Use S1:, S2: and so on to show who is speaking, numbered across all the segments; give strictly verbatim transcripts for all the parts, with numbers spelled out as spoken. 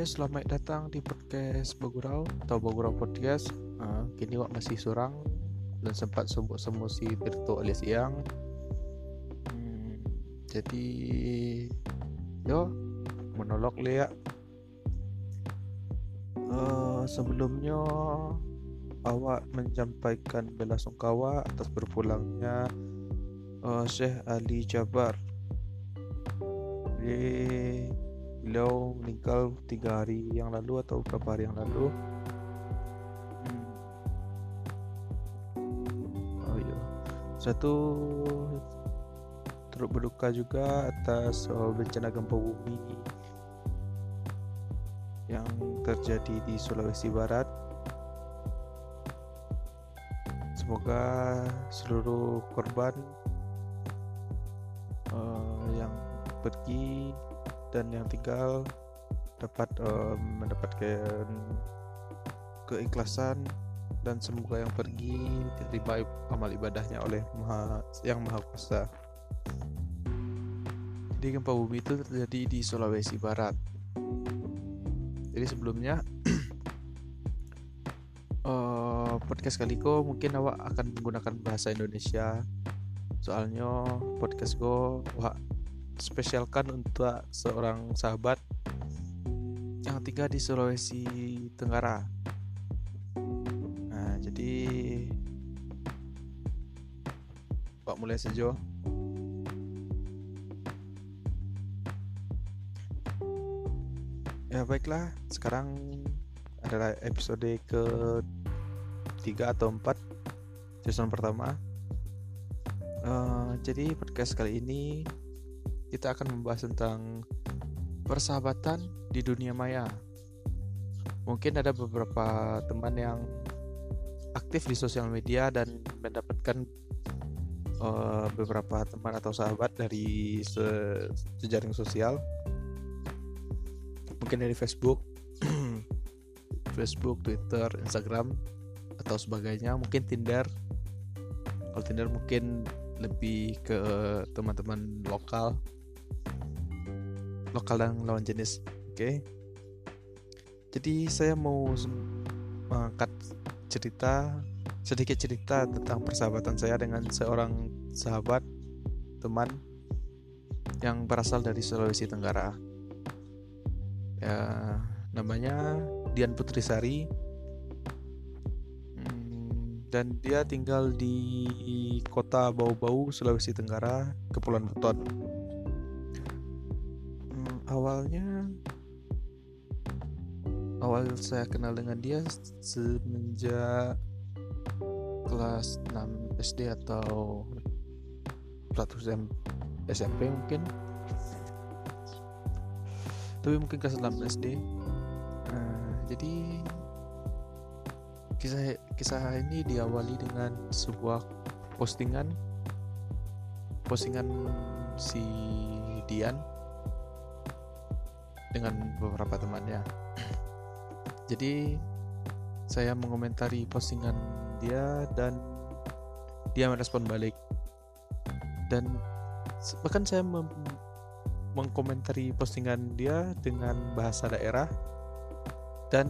S1: selamat datang di podcast Bagurau atau Bagurau Podcast. Uh, kini wak masih surang dan sempat sembuh-sembuh si Tirto alias Iang. Hmm, jadi, yo monolog le ya. Uh, sebelumnya awak menyampaikan belasungkawa atas berpulangnya uh, Syekh Ali Jabar. Jadi beliau meninggal tiga hari yang lalu atau beberapa hari yang lalu. Hmm. Oh iya. Satu turut berduka juga atas uh, bencana gempa bumi yang terjadi di Sulawesi Barat. Semoga seluruh korban uh, yang pergi dan yang tinggal dapat uh, mendapatkan keikhlasan, dan semoga yang pergi diterima amal ibadahnya oleh Maha Yang Maha Kuasa. Jadi gempa bumi itu terjadi di Sulawesi Barat. Jadi sebelumnya uh, podcast kali ko mungkin awak akan menggunakan bahasa Indonesia. Soalnya podcast ko wah spesialkan untuk seorang sahabat yang tinggal di Sulawesi Tenggara. Nah, jadi Pak mulai saja. Ya baiklah, sekarang adalah episode ke tiga atau empat season pertama. Uh, jadi podcast kali ini kita akan membahas tentang persahabatan di dunia maya. Mungkin ada beberapa teman yang aktif di sosial media dan mendapatkan uh, beberapa teman atau sahabat dari se- jejaring sosial. Mungkin dari Facebook, Facebook, Twitter, Instagram atau sebagainya. Mungkin Tinder. Kalau Tinder mungkin lebih ke teman-teman lokal. lokal dan lawan jenis. Oke. Okay. Jadi saya mau mengangkat cerita sedikit cerita tentang persahabatan saya dengan seorang sahabat teman yang berasal dari Sulawesi Tenggara. Ya, namanya Dian Putrisari. Hmm, dan dia tinggal di kota Bau-Bau, Sulawesi Tenggara, Kepulauan Buton. Awalnya awal saya kenal dengan dia semenjak kelas enam S D atau satu S M P mungkin, tapi mungkin kelas enam S D. Nah, jadi kisah kisah ini diawali dengan sebuah postingan postingan si Dian dengan beberapa temannya. Jadi saya mengomentari postingan dia dan dia merespon balik. Dan bahkan saya mem- mengkomentari postingan dia dengan bahasa daerah, dan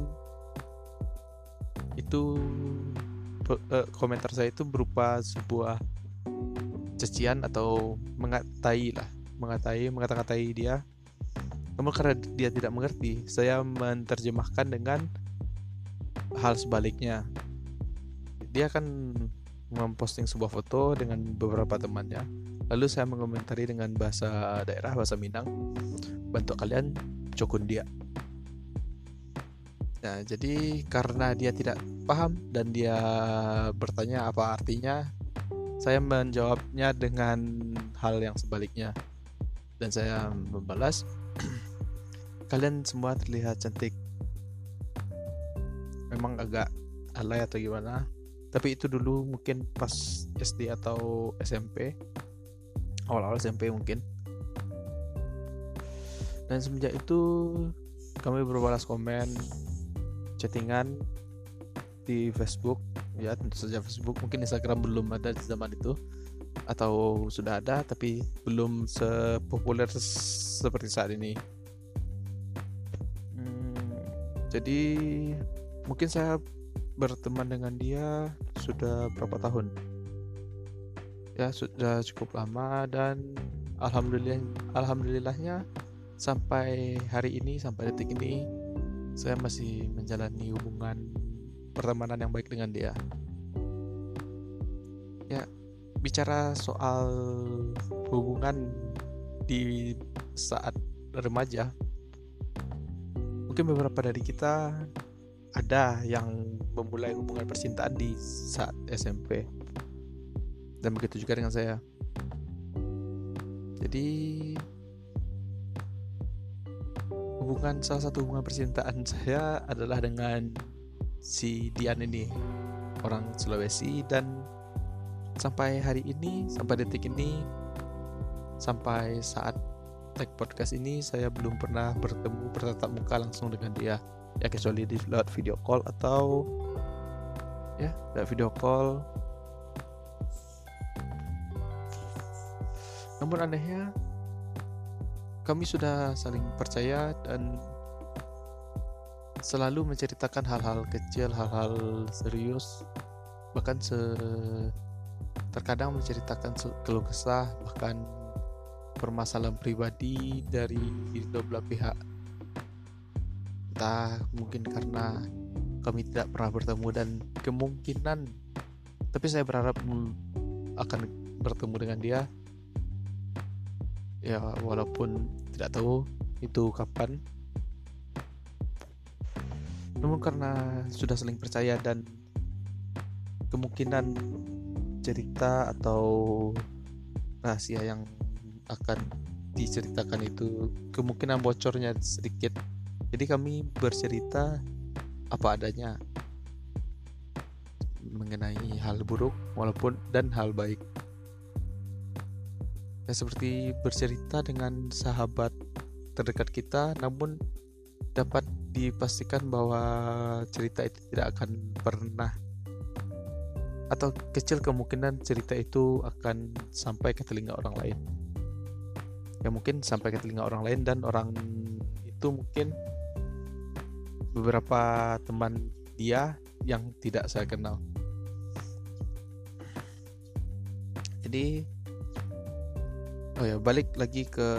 S1: itu eh, komentar saya itu berupa sebuah cacian atau mengatai lah, mengatai, mengata-katai dia. Namun karena dia tidak mengerti, saya menerjemahkan dengan hal sebaliknya. Dia akan memposting sebuah foto dengan beberapa temannya, lalu saya mengomentari dengan bahasa daerah, bahasa Minang, bantu kalian cokun dia. Nah, jadi karena dia tidak paham dan dia bertanya apa artinya, saya menjawabnya dengan hal yang sebaliknya. Dan saya membalas, kalian semua terlihat cantik. Memang agak alay atau gimana, tapi itu dulu mungkin pas S D atau S M P, awal-awal S M P mungkin. Dan semenjak itu kami berbalas komen, chattingan di Facebook. Ya tentu saja Facebook, mungkin Instagram belum ada di zaman itu, atau sudah ada tapi belum sepopuler seperti saat ini. Hmm, Jadi mungkin saya berteman dengan dia sudah berapa tahun? Ya sudah cukup lama, dan alhamdulillah alhamdulillahnya sampai hari ini, sampai detik ini saya masih menjalani hubungan pertemanan yang baik dengan dia. Ya, bicara soal hubungan di saat remaja, mungkin beberapa dari kita ada yang memulai hubungan percintaan di saat S M P, dan begitu juga dengan saya. Jadi hubungan salah satu hubungan percintaan saya adalah dengan si Dian ini, orang Sulawesi, dan sampai hari ini, sampai detik ini, sampai saat tag podcast ini, saya belum pernah bertemu bertatap muka langsung dengan dia. Ya kecuali di lewat video call atau ya lewat video call. Namun anehnya kami sudah saling percaya dan selalu menceritakan hal-hal kecil, hal-hal serius, bahkan se- terkadang menceritakan keluh kesah, bahkan permasalahan pribadi dari kedua belah pihak. Entah mungkin karena kami tidak pernah bertemu dan kemungkinan, tapi saya berharap akan bertemu dengan dia. Ya walaupun tidak tahu itu kapan. Namun karena sudah saling percaya dan kemungkinan cerita atau rahasia yang akan diceritakan itu kemungkinan bocornya sedikit. Jadi kami bercerita apa adanya mengenai hal buruk walaupun dan hal baik. Ya, seperti bercerita dengan sahabat terdekat kita, namun dapat dipastikan bahwa cerita itu tidak akan pernah, atau kecil kemungkinan cerita itu akan sampai ke telinga orang lain. Ya mungkin sampai ke telinga orang lain, dan orang itu mungkin beberapa teman dia yang tidak saya kenal. Jadi oh ya, balik lagi ke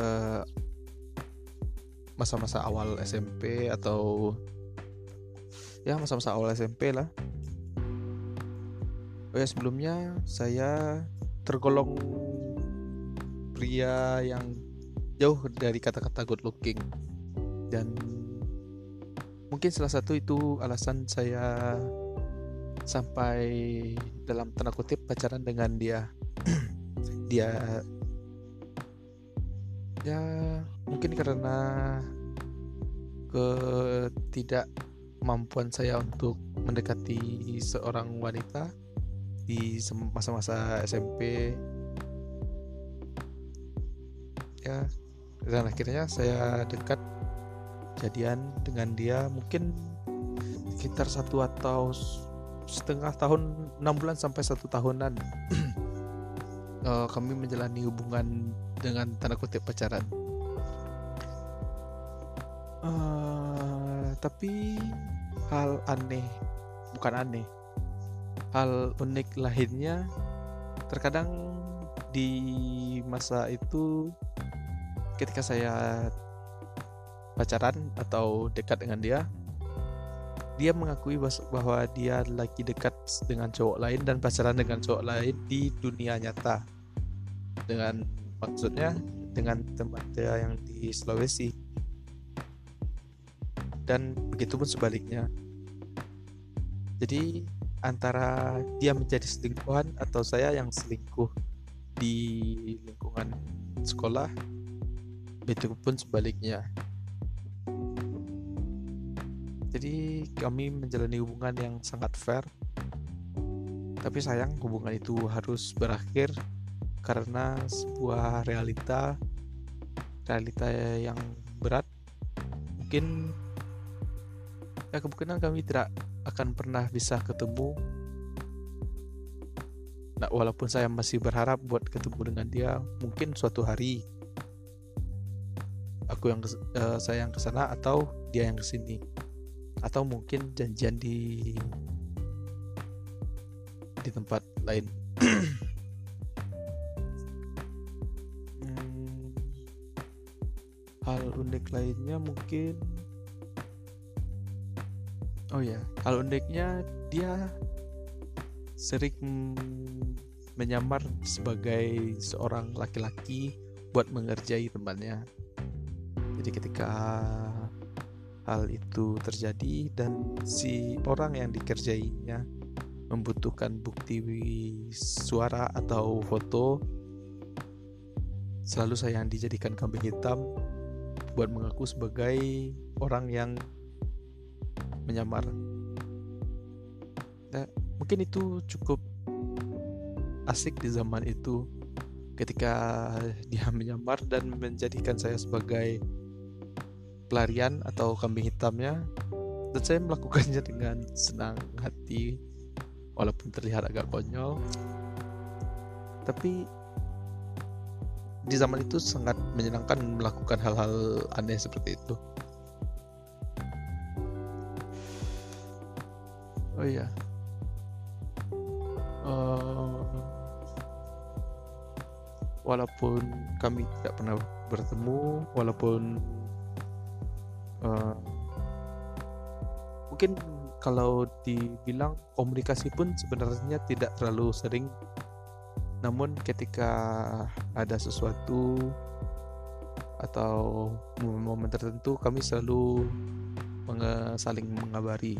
S1: masa-masa awal S M P, atau ya masa-masa awal S M P lah. Oh ya, sebelumnya saya tergolong pria yang jauh dari kata-kata good looking, dan mungkin salah satu itu alasan saya sampai dalam tanda kutip pacaran dengan dia. Dia ya mungkin karena ketidakmampuan saya untuk mendekati seorang wanita di masa-masa S M P, ya, dan akhirnya saya dekat jadian dengan dia mungkin sekitar satu atau setengah tahun, enam bulan sampai satu tahunan. uh, kami menjalani hubungan dengan tanda kutip pacaran. Uh, tapi hal aneh, bukan aneh, hal unik lainnya terkadang di masa itu ketika saya pacaran atau dekat dengan dia, dia mengakui bahwa dia lagi dekat dengan cowok lain dan pacaran dengan cowok lain di dunia nyata. Dengan maksudnya dengan teman dia yang di Sulawesi. Dan begitupun sebaliknya. Jadi antara dia menjadi selingkuhan atau saya yang selingkuh di lingkungan sekolah, begitupun sebaliknya. Jadi kami menjalani hubungan yang sangat fair. Tapi sayang hubungan itu harus berakhir karena sebuah realita realita yang berat. Mungkin ya kemungkinan kami tidak akan pernah bisa ketemu. Nah, walaupun saya masih berharap buat ketemu dengan dia, mungkin suatu hari aku yang uh, saya yang kesana atau dia yang kesini. atau mungkin janjian di di tempat lain. hmm, hal unik lainnya mungkin oh ya hal uniknya dia sering menyamar sebagai seorang laki-laki buat mengerjai temannya. Jadi ketika hal itu terjadi dan si orang yang dikerjainya membutuhkan bukti suara atau foto, selalu saya yang dijadikan kambing hitam buat mengaku sebagai orang yang menyamar. Nah, mungkin itu cukup asik di zaman itu ketika dia menyamar dan menjadikan saya sebagai pelarian atau kambing hitamnya, dan saya melakukannya dengan senang hati walaupun terlihat agak konyol. Tapi di zaman itu sangat menyenangkan melakukan hal-hal aneh seperti itu. Oh iya, uh, walaupun kami tidak pernah bertemu, walaupun uh, mungkin kalau dibilang komunikasi pun sebenarnya tidak terlalu sering, namun ketika ada sesuatu atau momen tertentu kami selalu menge- saling mengabari.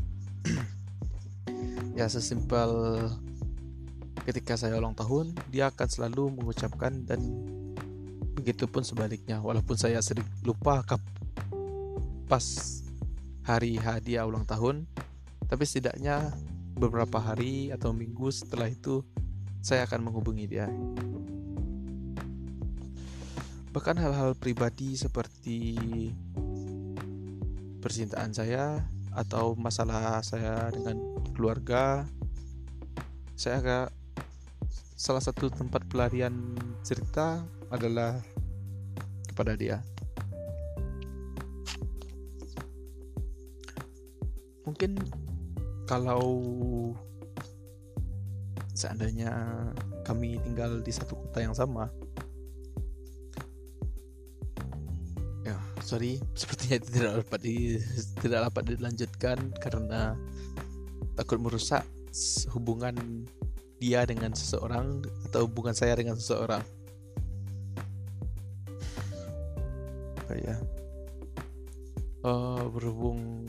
S1: Ya, sesimpel ketika saya ulang tahun, dia akan selalu mengucapkan, dan begitupun sebaliknya. Walaupun saya sering lupa kap pas hari H dia ulang tahun, tapi setidaknya beberapa hari atau minggu setelah itu saya akan menghubungi dia. Bahkan hal-hal pribadi seperti percintaan saya atau masalah saya dengan keluarga, saya agak salah satu tempat pelarian cerita adalah kepada dia. Mungkin kalau seandainya kami tinggal di satu kota yang sama, ya sorry, sepertinya itu tidak dapat di, tidak dapat dilanjutkan karena takut merusak hubungan dia dengan seseorang atau hubungan saya dengan seseorang. Oh ya, uh, berhubung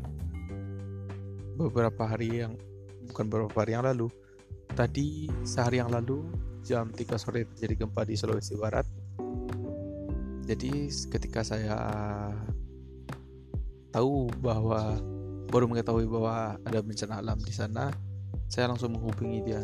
S1: beberapa hari yang bukan beberapa hari yang lalu, tadi sehari yang lalu jam tiga sore terjadi gempa di Sulawesi Barat. Jadi ketika saya tahu bahwa baru mengetahui bahwa ada bencana alam di sana, saya langsung menghubungi dia.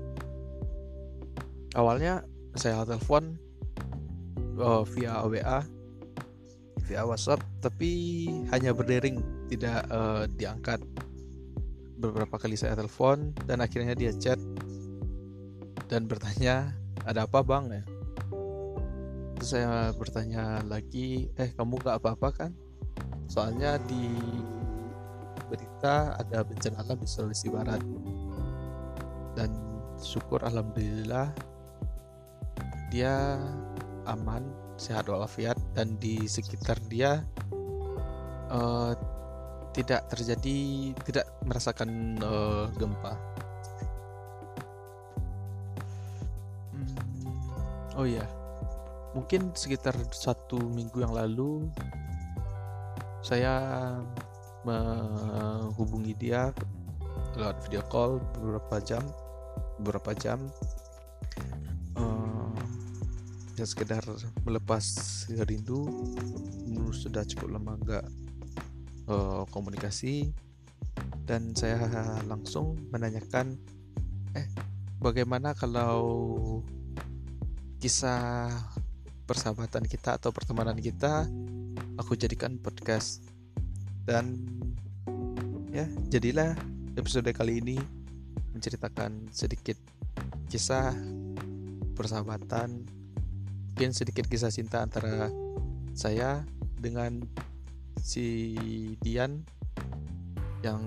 S1: Awalnya saya telepon uh, via W A, via WhatsApp, tapi hanya berdering, tidak uh, diangkat. Beberapa kali saya telepon dan akhirnya dia chat dan bertanya, ada apa bang ya? Terus saya bertanya lagi, eh kamu gak apa-apa kan? Soalnya di berita ada bencana alam di Sulawesi Barat. Dan syukur alhamdulillah dia aman, sehat walafiat, dan di sekitar dia uh, tidak terjadi, tidak merasakan uh, gempa. Hmm, oh iya, mungkin sekitar satu minggu yang lalu saya menghubungi dia lewat video call beberapa jam, beberapa jam, uh, ya sekedar melepas rindu. Sudah cukup lama nggak uh, komunikasi, dan saya langsung menanyakan, eh bagaimana kalau kisah persahabatan kita atau pertemanan kita aku jadikan podcast. Dan ya, jadilah episode kali ini menceritakan sedikit kisah persahabatan, mungkin sedikit kisah cinta antara saya dengan si Dian. yang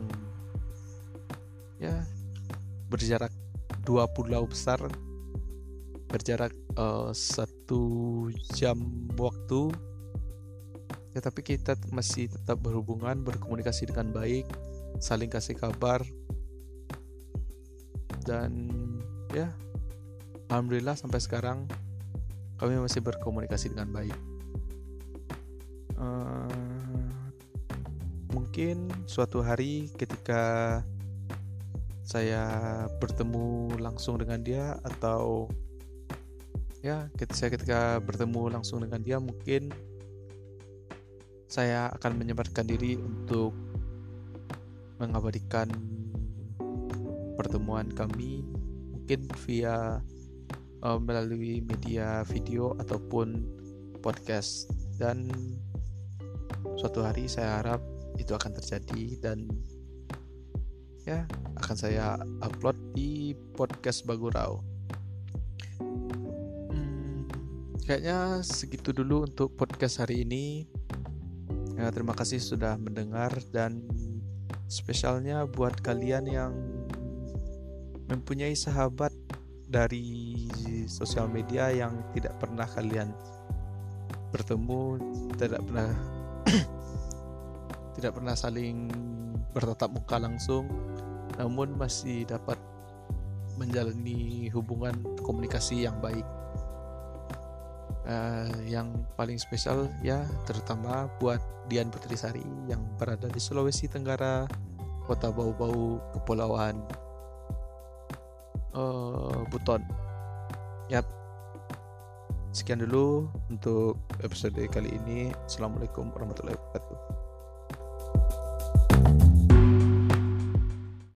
S1: ya berjarak dua pulau besar, berjarak uh, satu jam waktu, ya tapi kita masih tetap berhubungan, berkomunikasi dengan baik, saling kasih kabar, dan ya alhamdulillah sampai sekarang kami masih berkomunikasi dengan baik. Uh, mungkin suatu hari ketika saya bertemu langsung dengan dia, atau ya ketika saya ketika bertemu langsung dengan dia, mungkin saya akan menyempatkan diri untuk mengabadikan pertemuan kami, mungkin via uh, melalui media video ataupun podcast, dan suatu hari saya harap itu akan terjadi dan ya akan saya upload di podcast Bagurau. Hmm, kayaknya segitu dulu untuk podcast hari ini. Ya, terima kasih sudah mendengar, dan spesialnya buat kalian yang mempunyai sahabat dari sosial media yang tidak pernah kalian bertemu, tidak pernah tidak pernah saling bertatap muka langsung, namun masih dapat menjalani hubungan komunikasi yang baik. Uh, yang paling spesial ya terutama buat Dian Putrisari yang berada di Sulawesi Tenggara, kota bau-bau kepulauan uh, Buton. Yap, sekian dulu untuk episode kali ini. Assalamualaikum warahmatullahi wabarakatuh.